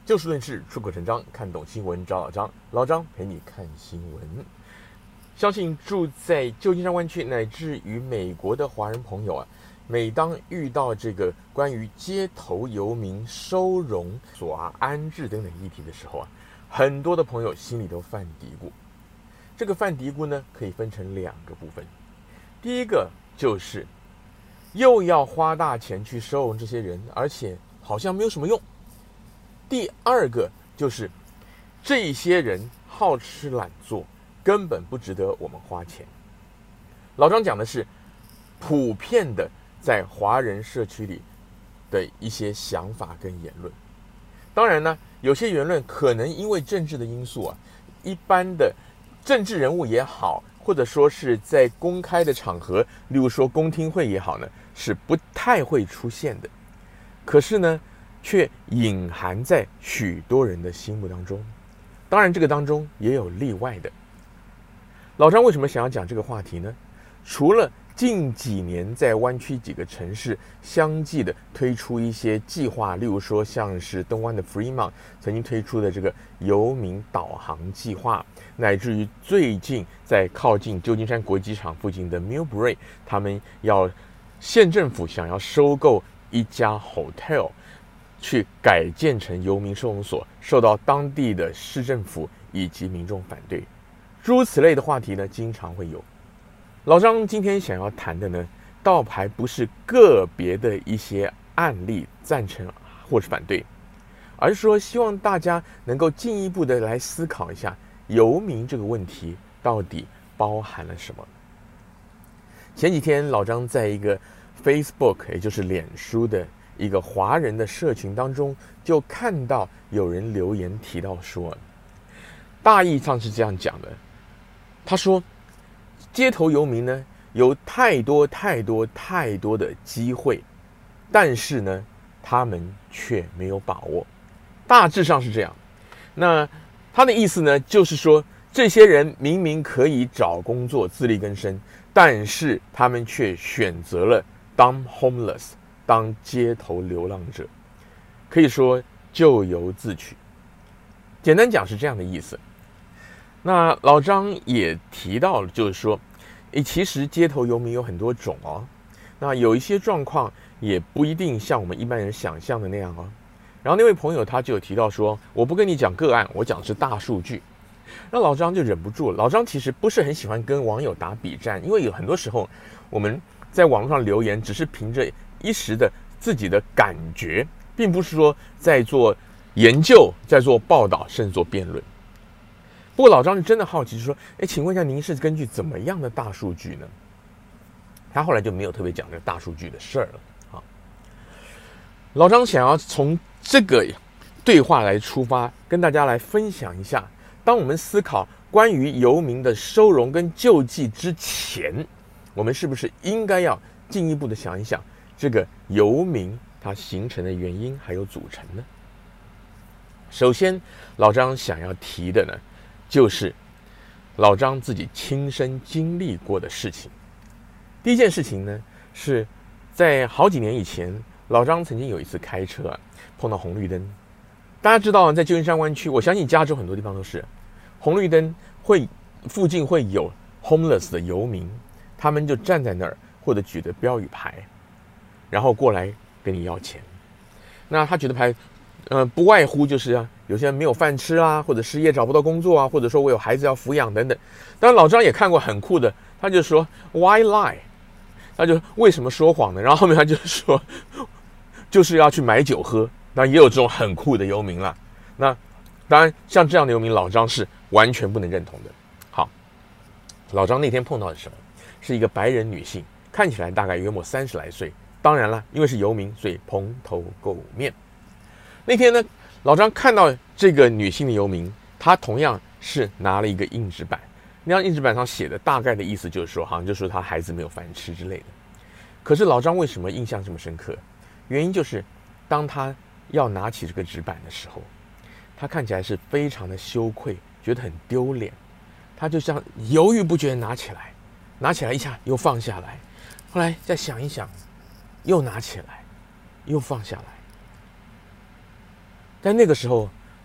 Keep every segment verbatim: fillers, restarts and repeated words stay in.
就事论事，出口成章，看懂新闻找老张，老张陪你看新闻。相信住在旧金山湾区乃至于美国的华人朋友啊，每当遇到这个关于街头游民收容所啊、安置等等议题的时候啊，很多的朋友心里都犯嘀咕。这个犯嘀咕呢，可以分成两个部分。第一个就是又要花大钱去收容这些人，而且好像没有什么用。第二个就是这些人好吃懒做，根本不值得我们花钱。老张讲的是普遍的在华人社区里的一些想法跟言论。当然呢，有些言论可能因为政治的因素啊，一般的政治人物也好，或者说是在公开的场合，例如说公听会也好呢，是不太会出现的。可是呢，却隐含在许多人的心目当中。当然这个当中也有例外的。老张为什么想要讲这个话题呢？除了近几年在湾区几个城市相继的推出一些计划，例如说像是东湾的 Fremont 曾经推出的这个游民导航计划，乃至于最近在靠近旧金山国际机场附近的 Millbrae， 他们要县政府想要收购一家 hotel，去改建成游民收容所，受到当地的市政府以及民众反对。诸如此类的话题呢，经常会有。老张今天想要谈的呢，倒还不是个别的一些案例赞成或是反对，而是说希望大家能够进一步的来思考一下游民这个问题到底包含了什么。前几天老张在一个 Facebook， 也就是脸书的一个华人的社群当中，就看到有人留言提到说，大意上是这样讲的，他说街头游民呢有太多太多太多的机会，但是呢他们却没有把握，大致上是这样。那他的意思呢，就是说这些人明明可以找工作自力更生，但是他们却选择了当 homeless，当街头流浪者，可以说咎由自取。简单讲是这样的意思。那老张也提到了，就是说，诶，其实街头游民有很多种哦。那有一些状况也不一定像我们一般人想象的那样哦。然后那位朋友他就有提到说，我不跟你讲个案，我讲的是大数据。那老张就忍不住了。老张其实不是很喜欢跟网友打笔战，因为有很多时候我们在网络上留言，只是凭着一时的自己的感觉，并不是说在做研究、在做报道，甚至做辩论。不过老张是真的好奇，就说：“哎，请问一下，您是根据怎么样的大数据呢？”他后来就没有特别讲这个大数据的事儿了。啊，老张想要从这个对话来出发，跟大家来分享一下，当我们思考关于游民的收容跟救济之前，我们是不是应该要进一步的想一想这个游民它形成的原因还有组成呢？首先，老张想要提的呢，就是老张自己亲身经历过的事情。第一件事情呢，是在好几年以前，老张曾经有一次开车啊，碰到红绿灯。大家知道，在旧金山湾区，我相信加州很多地方都是红绿灯会附近会有 homeless 的游民，他们就站在那儿，或者举着标语牌，然后过来跟你要钱。那他举的牌，呃，不外乎就是啊，有些人没有饭吃啊，或者失业找不到工作啊，或者说我有孩子要抚养等等。当然，老张也看过很酷的，他就说 Why lie？ 他就为什么说谎呢？然后后面他就说，就是要去买酒喝。那也有这种很酷的游民啦。那当然，像这样的游民，老张是完全不能认同的。好，老张那天碰到的是什么？是一个白人女性，看起来大概约莫三十来岁。当然了，因为是游民，所以蓬头垢面。那天呢，老张看到这个女性的游民，她同样是拿了一个硬纸板，那张硬纸板上写的大概的意思就是说，好像就说她孩子没有饭吃之类的。可是老张为什么印象这么深刻？原因就是当他要拿起这个纸板的时候，他看起来是非常的羞愧，觉得很丢脸。他就像犹豫不决地拿起来，拿起来一下又放下来，后来再想一想，又拿起来，又放下来。但那个时候，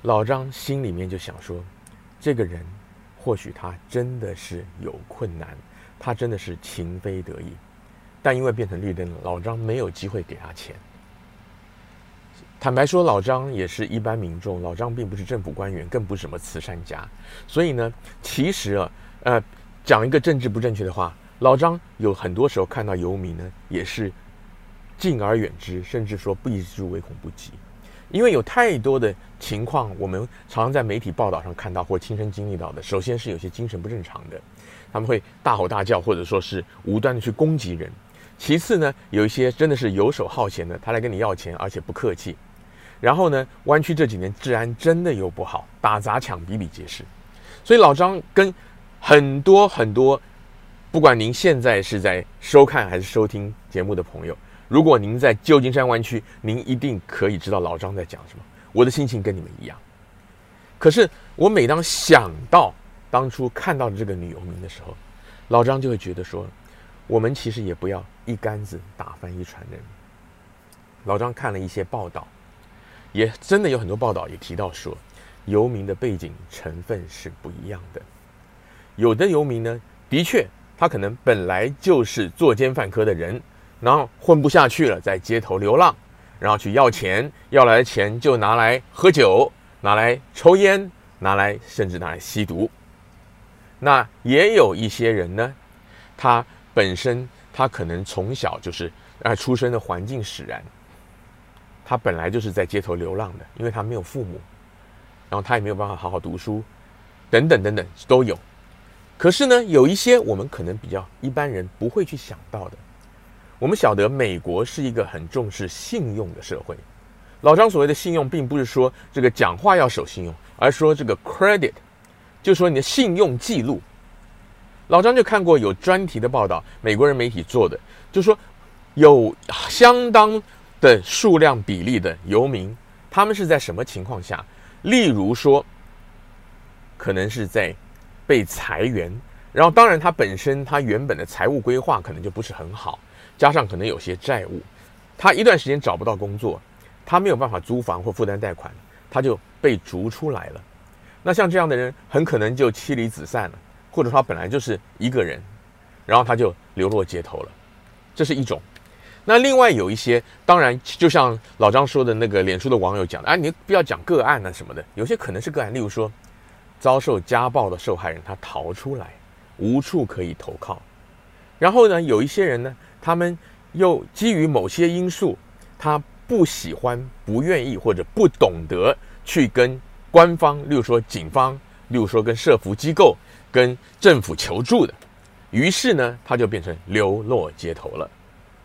老张心里面就想说，这个人或许他真的是有困难，他真的是情非得已，但因为变成绿灯了，老张没有机会给他钱。坦白说，老张也是一般民众，老张并不是政府官员，更不是什么慈善家，所以呢，其实啊，呃，讲一个政治不正确的话，老张有很多时候看到游民呢，也是敬而远之，甚至说避之唯恐不及。因为有太多的情况，我们常常在媒体报道上看到或亲身经历到的。首先是有些精神不正常的，他们会大吼大叫，或者说是无端的去攻击人。其次呢，有一些真的是游手好闲的，他来跟你要钱，而且不客气。然后呢，湾区这几年治安真的又不好，打砸抢比比皆是。所以老张跟很多很多，不管您现在是在收看还是收听节目的朋友，如果您在旧金山湾区，您一定可以知道老张在讲什么。我的心情跟你们一样。可是我每当想到当初看到的这个女游民的时候，老张就会觉得说，我们其实也不要一竿子打翻一船人。老张看了一些报道，也真的有很多报道也提到说，游民的背景成分是不一样的。有的游民呢，的确他可能本来就是作奸犯科的人，然后混不下去了，在街头流浪，然后去要钱，要来的钱就拿来喝酒，拿来抽烟，拿来甚至拿来吸毒。那也有一些人呢，他本身他可能从小就是啊出生的环境使然，他本来就是在街头流浪的，因为他没有父母，然后他也没有办法好好读书，等等等等都有。可是呢，有一些我们可能比较一般人不会去想到的。我们晓得美国是一个很重视信用的社会。老张所谓的信用，并不是说这个讲话要守信用，而说这个 credit， 就是说你的信用记录。老张就看过有专题的报道，美国人媒体做的，就是说有相当的数量比例的游民，他们是在什么情况下？例如说，可能是在被裁员，然后当然他本身他原本的财务规划可能就不是很好。加上可能有些债务，他一段时间找不到工作，他没有办法租房或负担贷款，他就被逐出来了。那像这样的人，很可能就妻离子散了，或者他本来就是一个人，然后他就流落街头了。这是一种。那另外有一些，当然就像老张说的那个脸书的网友讲的，啊，你不要讲个案啊什么的，有些可能是个案，例如说遭受家暴的受害人，他逃出来，无处可以投靠。然后呢，有一些人呢，他们又基于某些因素，他不喜欢、不愿意或者不懂得去跟官方，例如说警方，例如说跟社福机构、跟政府求助的，于是呢，他就变成流落街头了。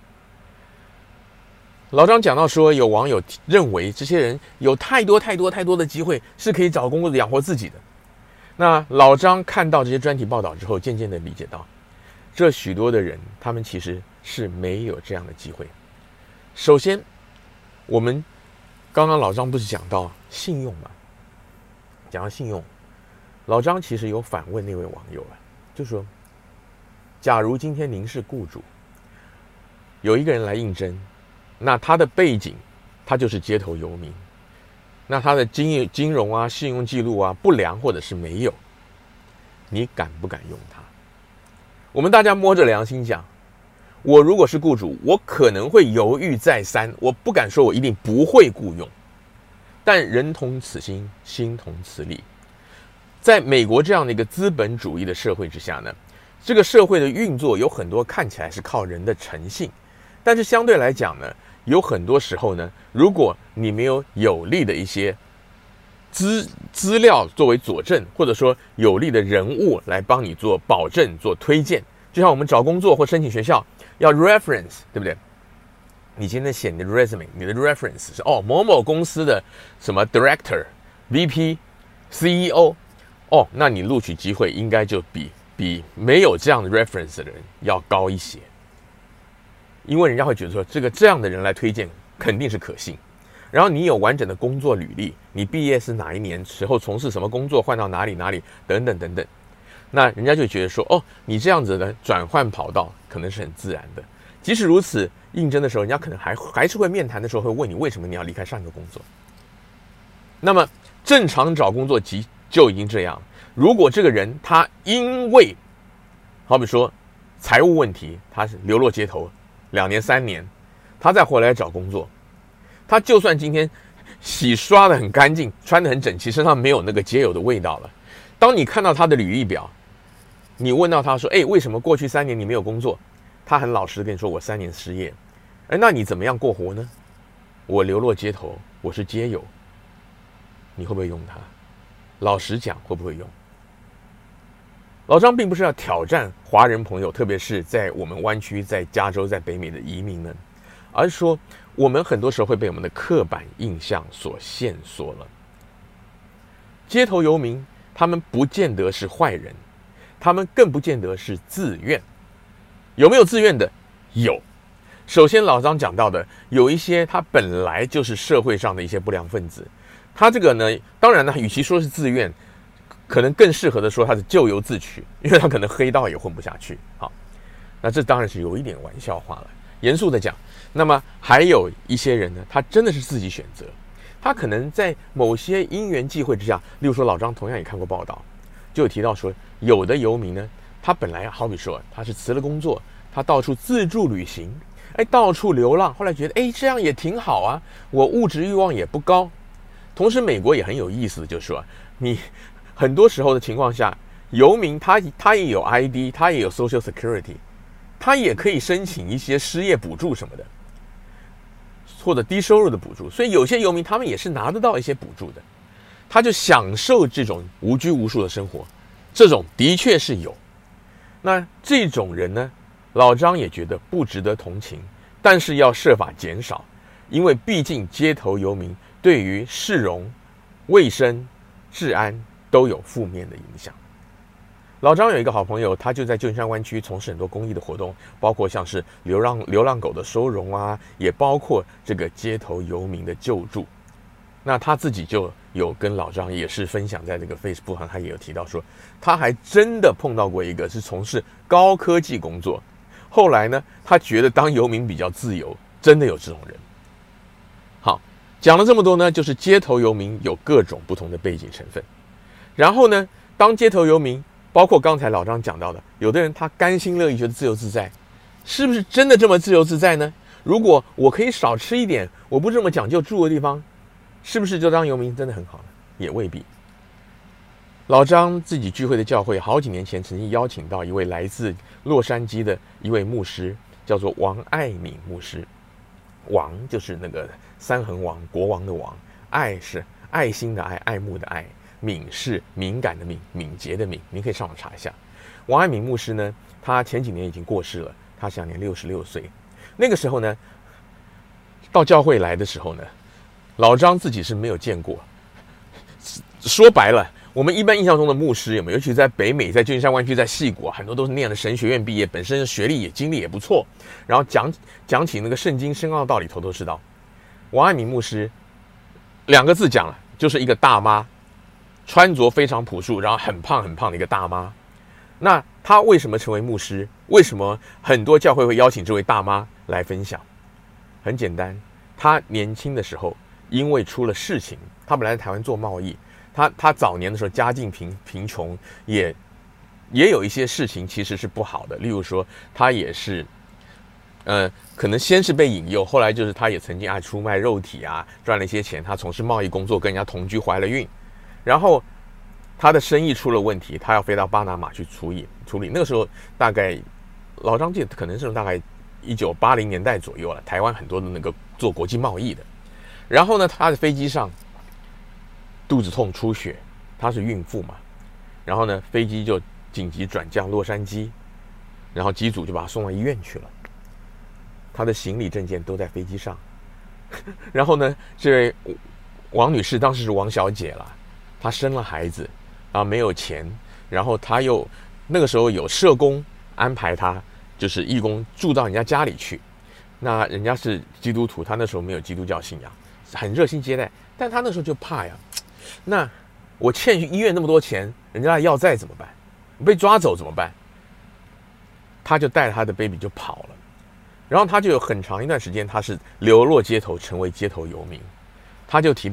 老张讲到说，有网友认为这些人有太多太多太多的机会是可以找工作养活自己的。那老张看到这些专题报道之后，渐渐的理解到，这许多的人，他们其实是没有这样的机会。首先，我们刚刚老张不是讲到信用吗？讲到信用，老张其实有反问那位网友啊，就说，假如今天您是雇主，有一个人来应征，那他的背景，他就是街头游民，那他的金金融啊、信用记录啊不良或者是没有，你敢不敢用他？我们大家摸着良心讲，我如果是雇主，我可能会犹豫再三，我不敢说我一定不会雇用。但人同此心，心同此理。在美国这样的一个资本主义的社会之下呢，这个社会的运作有很多看起来是靠人的诚信，但是相对来讲呢，有很多时候呢，如果你没有有力的一些资资料作为佐证，或者说有力的人物来帮你做保证、做推荐，就像我们找工作或申请学校要 reference， 对不对？你今天写你的 resume， 你的 reference 是哦某某公司的什么 director、V P、C E O， 哦，那你录取机会应该就比比没有这样的 reference 的人要高一些，因为人家会觉得说这个这样的人来推荐肯定是可信。然后你有完整的工作履历，你毕业是哪一年，时候从事什么工作，换到哪里哪里等等等等，那人家就觉得说，哦，你这样子的转换跑道可能是很自然的。即使如此，应征的时候，人家可能还还是会面谈的时候会问你为什么你要离开上一个工作。那么正常找工作即就已经这样。如果这个人他因为好比说财务问题，他是流落街头两年三年，他再回来找工作，他就算今天洗刷的很干净，穿得很整齐，身上没有那个街友的味道了，当你看到他的履历表，你问到他说，哎，为什么过去三年你没有工作？他很老实的跟你说，我三年失业。哎，那你怎么样过活呢？我流落街头，我是街友。你会不会用它？老实讲，会不会用？老张并不是要挑战华人朋友，特别是在我们湾区、在加州、在北美的移民们，而是说我们很多时候会被我们的刻板印象所限缩了。街头游民，他们不见得是坏人，他们更不见得是自愿。有没有自愿的？有。首先老张讲到的，有一些他本来就是社会上的一些不良分子，他这个呢，当然呢，与其说是自愿，可能更适合的说他是咎由自取，因为他可能黑道也混不下去。好，那这当然是有一点玩笑话了。严肃的讲，那么还有一些人呢，他真的是自己选择，他可能在某些因缘际会之下，例如说老张同样也看过报道，就有提到说，有的游民呢，他本来好比说他是辞了工作，他到处自助旅行，哎，到处流浪，后来觉得哎这样也挺好啊，我物质欲望也不高。同时美国也很有意思，就是说你很多时候的情况下，游民他他也有 I D， 他也有 Social Security， 他也可以申请一些失业补助什么的，或者低收入的补助，所以有些游民他们也是拿得到一些补助的，他就享受这种无拘无束的生活，这种的确是有。那这种人呢，老张也觉得不值得同情，但是要设法减少，因为毕竟街头游民对于市容、卫生、治安都有负面的影响。老张有一个好朋友，他就在旧金山湾区从事很多公益的活动，包括像是流浪流浪狗的收容啊，也包括这个街头游民的救助。那他自己就有跟老张也是分享在这个 Facebook 上，他也有提到说，他还真的碰到过一个是从事高科技工作，后来呢，他觉得当游民比较自由，真的有这种人。好，讲了这么多呢，就是街头游民有各种不同的背景成分。然后呢，当街头游民，包括刚才老张讲到的，有的人他甘心乐意，觉得自由自在，是不是真的这么自由自在呢？如果我可以少吃一点，我不这么讲究住的地方，是不是就当游民真的很好呢？也未必。老张自己聚会的教会，好几年前曾经邀请到一位来自洛杉矶的一位牧师，叫做王爱敏牧师。王就是那个三横王，国王的王；爱是爱心的爱，爱慕的爱；敏是敏感的敏，敏捷的敏。您可以上网查一下。王爱敏牧师呢，他前几年已经过世了，他享年六十六岁。那个时候呢，到教会来的时候呢，老张自己是没有见过。说白了，我们一般印象中的牧师有没有？尤其在北美，在旧金山湾区，在矽谷，很多都是念了神学院毕业，本身学历也经历也不错，然后讲讲起那个圣经深奥的道理头头是道。王爱敏牧师两个字讲了，就是一个大妈，穿着非常朴素，然后很胖很胖的一个大妈。那她为什么成为牧师？为什么很多教会会邀请这位大妈来分享？很简单，她年轻的时候因为出了事情，她本来在台湾做贸易。他他早年的时候家境贫贫穷，也也有一些事情其实是不好的，例如说他也是，呃，可能先是被引诱，后来就是他也曾经爱出卖肉体啊，赚了一些钱，他从事贸易工作，跟人家同居，怀了孕，然后他的生意出了问题，他要飞到巴拿马去处理处理。那个时候大概老张记得可能是大概一九八零年代左右了，台湾很多的那个做国际贸易的，然后呢，他在飞机上。肚子痛出血，她是孕妇嘛，然后呢，飞机就紧急转降洛杉矶，然后机组就把她送到医院去了。她的行李证件都在飞机上，然后呢，这位王女士当时是王小姐了，她生了孩子，然后没有钱，然后她又那个时候有社工安排她，就是义工住到人家家里去，那人家是基督徒，她那时候没有基督教信仰，很热心接待，但她那时候就怕呀。那我欠医院那么多钱，人家来要债怎么办？被抓走怎么办？他就带着他的 baby 就跑了，然后他就有很长一段时间他是流落街头，成为街头游民。他就提到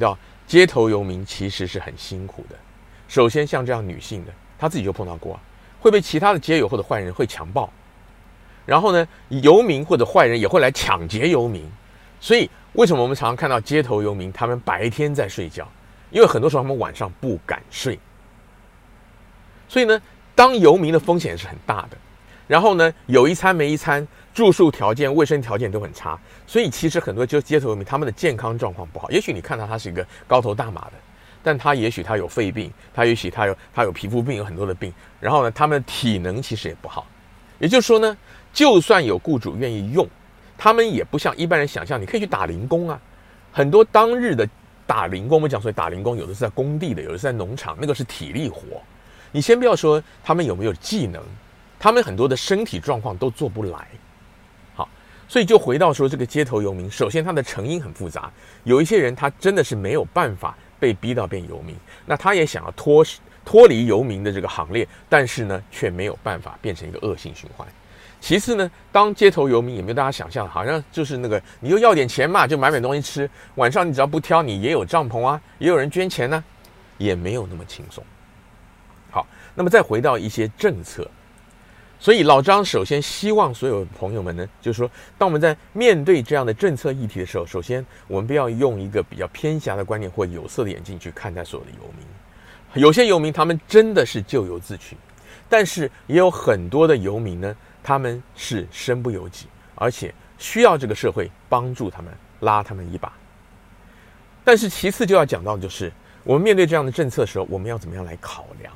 街头游民其实是很辛苦的。首先，像这样女性的，她自己就碰到过啊，会被其他的街友或者坏人会强暴，然后呢，游民或者坏人也会来抢劫游民。所以，为什么我们常常看到街头游民他们白天在睡觉？因为很多时候他们晚上不敢睡。所以呢，当游民的风险是很大的。然后呢，有一餐没一餐，住宿条件、卫生条件都很差，所以其实很多就街头游民他们的健康状况不好。也许你看到他是一个高头大马的，但他也许他有肺病，他也许他有他有皮肤病，有很多的病。然后呢，他们的体能其实也不好。也就是说呢，就算有雇主愿意用，他们也不像一般人想象，你可以去打零工啊。很多当日的打零工，我们讲说打零工，有的是在工地的，有的是在农场，那个是体力活。你先不要说他们有没有技能。他们很多的身体状况都做不来，好，所以就回到说这个街头游民，首先他的成因很复杂，有一些人他真的是没有办法被逼到变游民，那他也想要脱脱离游民的这个行列，但是呢却没有办法，变成一个恶性循环。其次呢，当街头游民也没有大家想象，好像就是那个你就要点钱嘛，就买点东西吃，晚上你只要不挑，你也有帐篷啊，也有人捐钱呢、啊，也没有那么轻松。好，那么再回到一些政策。所以老张首先希望所有朋友们呢，就是说，当我们在面对这样的政策议题的时候，首先我们不要用一个比较偏狭的观念或有色的眼镜去看待所有的游民。有些游民他们真的是咎由自取，但是也有很多的游民呢，他们是身不由己，而且需要这个社会帮助他们，拉他们一把。但是其次就要讲到的就是，我们面对这样的政策的时候，我们要怎么样来考量？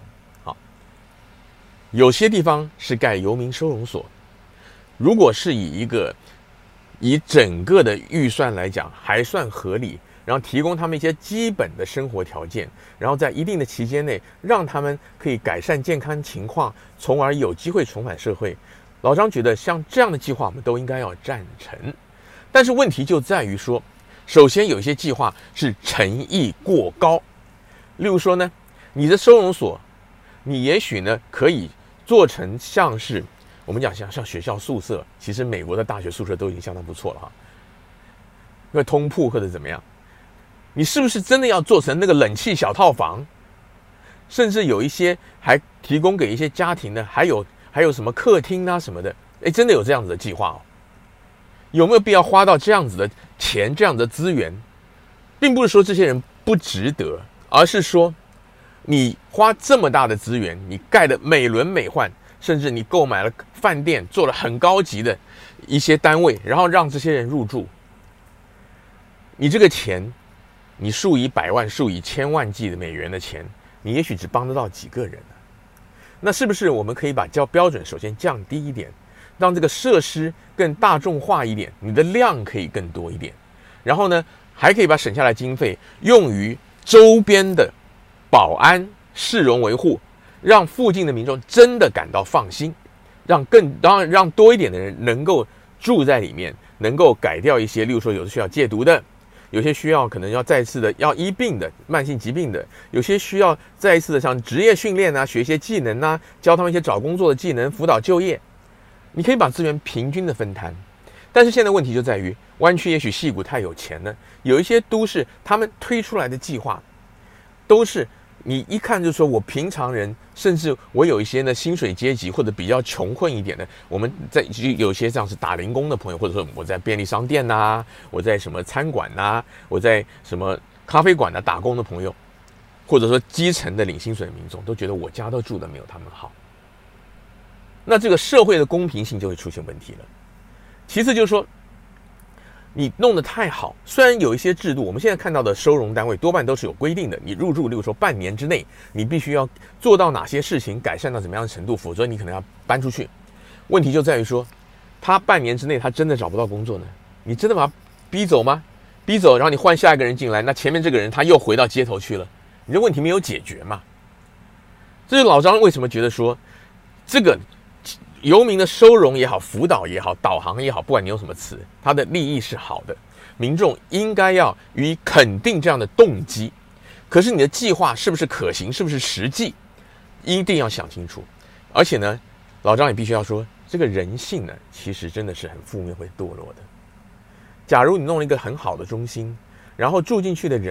有些地方是盖游民收容所，如果是以一个以整个的预算来讲还算合理，然后提供他们一些基本的生活条件，然后在一定的期间内让他们可以改善健康情况，从而有机会重返社会。老张觉得像这样的计划我们都应该要赞成，但是问题就在于说，首先有一些计划是诚意过高，例如说呢，你的收容所你也许呢可以做成像是我们讲像像学校宿舍，其实美国的大学宿舍都已经相当不错了哈，因为通铺或者怎么样，你是不是真的要做成那个冷气小套房？甚至有一些还提供给一些家庭呢，还有还有什么客厅啊什么的，哎，真的有这样子的计划哦？有没有必要花到这样子的钱、这样的资源？并不是说这些人不值得，而是说，你花这么大的资源，你盖的美轮美奂，甚至你购买了饭店，做了很高级的一些单位，然后让这些人入住，你这个钱，你数以百万、数以千万计的美元的钱，你也许只帮得到几个人呢、啊？那是不是我们可以把交标准首先降低一点，让这个设施更大众化一点，你的量可以更多一点，然后呢，还可以把省下来经费用于周边的保安、市容维护，让附近的民众真的感到放心，让更当然让多一点的人能够住在里面，能够改掉一些，例如说有的需要戒毒的，有些需要可能要再次的要医病的慢性疾病的，有些需要再一次的像职业训练啊，学一些技能啊，教他们一些找工作的技能，辅导就业。你可以把资源平均的分摊，但是现在问题就在于，湾区也许矽谷太有钱了，有一些都市他们推出来的计划都是你一看就说，我平常人，甚至我有一些呢薪水阶级或者比较穷困一点的，我们在有些像是打零工的朋友，或者说我在便利商店呐、啊，我在什么餐馆呐、啊，我在什么咖啡馆呐、啊、打工的朋友，或者说基层的领薪水的民众，都觉得我家都住的没有他们好，那这个社会的公平性就会出现问题了。其次就是说，你弄得太好，虽然有一些制度，我们现在看到的收容单位多半都是有规定的，你入住，例如说半年之内，你必须要做到哪些事情，改善到怎么样的程度，否则你可能要搬出去。问题就在于说，他半年之内他真的找不到工作呢，你真的把他逼走吗？逼走，然后你换下一个人进来，那前面这个人他又回到街头去了，你这问题没有解决嘛？这是老张为什么觉得说，这个游民的收容也好，辅导也好，导航也好，不管你用什么词，它的利益是好的，民众应该要予以肯定这样的动机。可是你的计划是不是可行，是不是实际，一定要想清楚。而且呢，老张也必须要说，这个人性呢，其实真的是很负面，会堕落的。假如你弄了一个很好的中心，然后住进去的人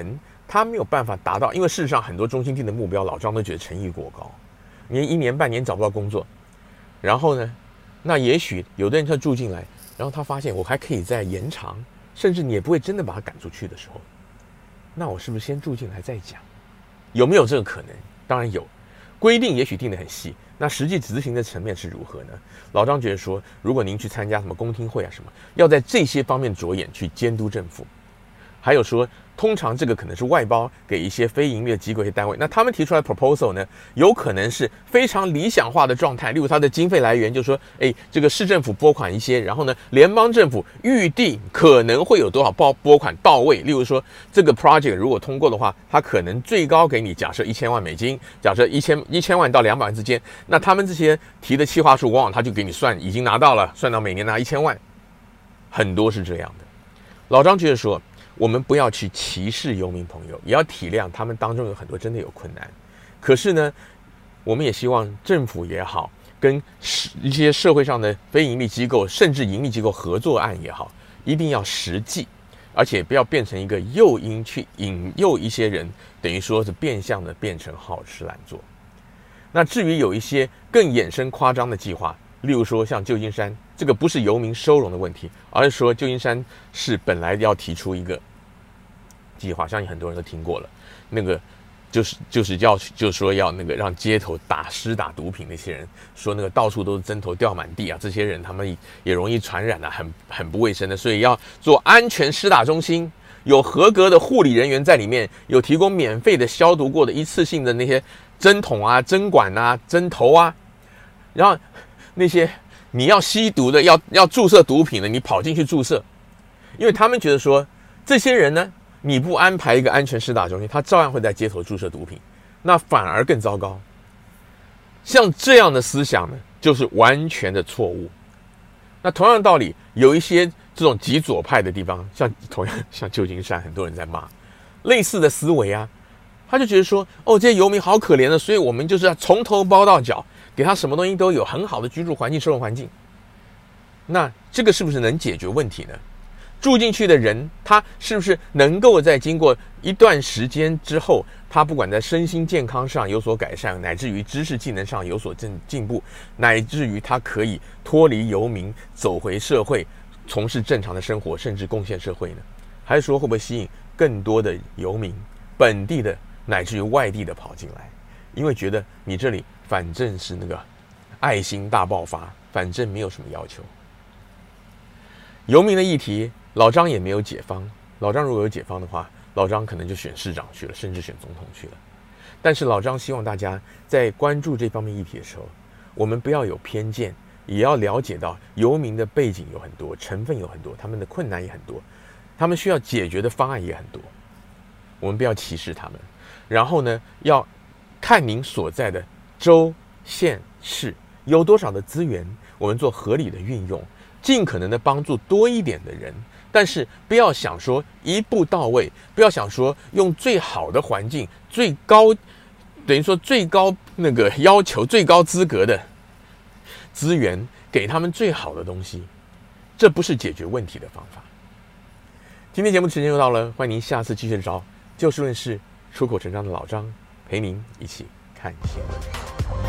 他没有办法达到，因为事实上很多中心地的目标，老张都觉得诚意过高。你一年半年找不到工作，然后呢，那也许有的人他住进来，然后他发现我还可以再延长，甚至你也不会真的把他赶出去的时候，那我是不是先住进来再讲？有没有这个可能？当然有，规定也许定得很细，那实际执行的层面是如何呢？老张觉得说，如果您去参加什么公听会啊什么，要在这些方面着眼去监督政府。还有说，通常这个可能是外包给一些非营利的机构和单位，那他们提出来 proposal 呢，有可能是非常理想化的状态，例如它的经费来源，就是说，哎，这个市政府拨款一些，然后呢，联邦政府预定可能会有多少拨拨款到位，例如说这个 project 如果通过的话，它可能最高给你假设一千万美金，假设一千一千万到两百万之间，那他们这些提的企划书，往往他就给你算已经拿到了，算到每年拿一千万，很多是这样的。老张觉得说，我们不要去歧视游民朋友，也要体谅他们当中有很多真的有困难。可是呢，我们也希望政府也好，跟一些社会上的非营利机构，甚至盈利机构合作案也好，一定要实际，而且不要变成一个诱因去引诱一些人，等于说是变相的变成好吃懒做。那至于有一些更衍生夸张的计划，例如说像旧金山，这个不是游民收容的问题，而是说旧金山市本来要提出一个计划，相信很多人都听过了，那个就是就是要就是说要那个让街头打施打毒品那些人，说那个到处都是针头掉满地啊，这些人他们也容易传染啊，很很不卫生的，所以要做安全施打中心，有合格的护理人员在里面，有提供免费的消毒过的一次性的那些针筒啊、针管啊、针头啊，然后那些你要吸毒的、要要注射毒品的，你跑进去注射，因为他们觉得说这些人呢，你不安排一个安全施打中心，他照样会在街头注射毒品，那反而更糟糕。像这样的思想呢，就是完全的错误。那同样的道理，有一些这种极左派的地方，像同样像旧金山，很多人在骂类似的思维啊，他就觉得说，哦，这些游民好可怜的，所以我们就是要从头包到脚，给他什么东西都有，很好的居住环境、生活环境。那这个是不是能解决问题呢？住进去的人，他是不是能够在经过一段时间之后，他不管在身心健康上有所改善，乃至于知识技能上有所进进步，乃至于他可以脱离游民，走回社会，从事正常的生活，甚至贡献社会呢？还是说会不会吸引更多的游民，本地的乃至于外地的跑进来？因为觉得你这里反正是那个爱心大爆发，反正没有什么要求。游民的议题，老张也没有解方。老张如果有解方的话，老张可能就选市长去了，甚至选总统去了。但是老张希望大家在关注这方面议题的时候，我们不要有偏见，也要了解到游民的背景有很多，成分有很多，他们的困难也很多，他们需要解决的方案也很多。我们不要歧视他们。然后呢，要看您所在的州、县、市有多少的资源，我们做合理的运用，尽可能的帮助多一点的人，但是不要想说一步到位，不要想说用最好的环境、最高等于说最高那个要求、最高资格的资源给他们最好的东西，这不是解决问题的方法。今天节目的时间又到了，欢迎您下次继续找就事论事、出口成章的老张陪您一起看新闻。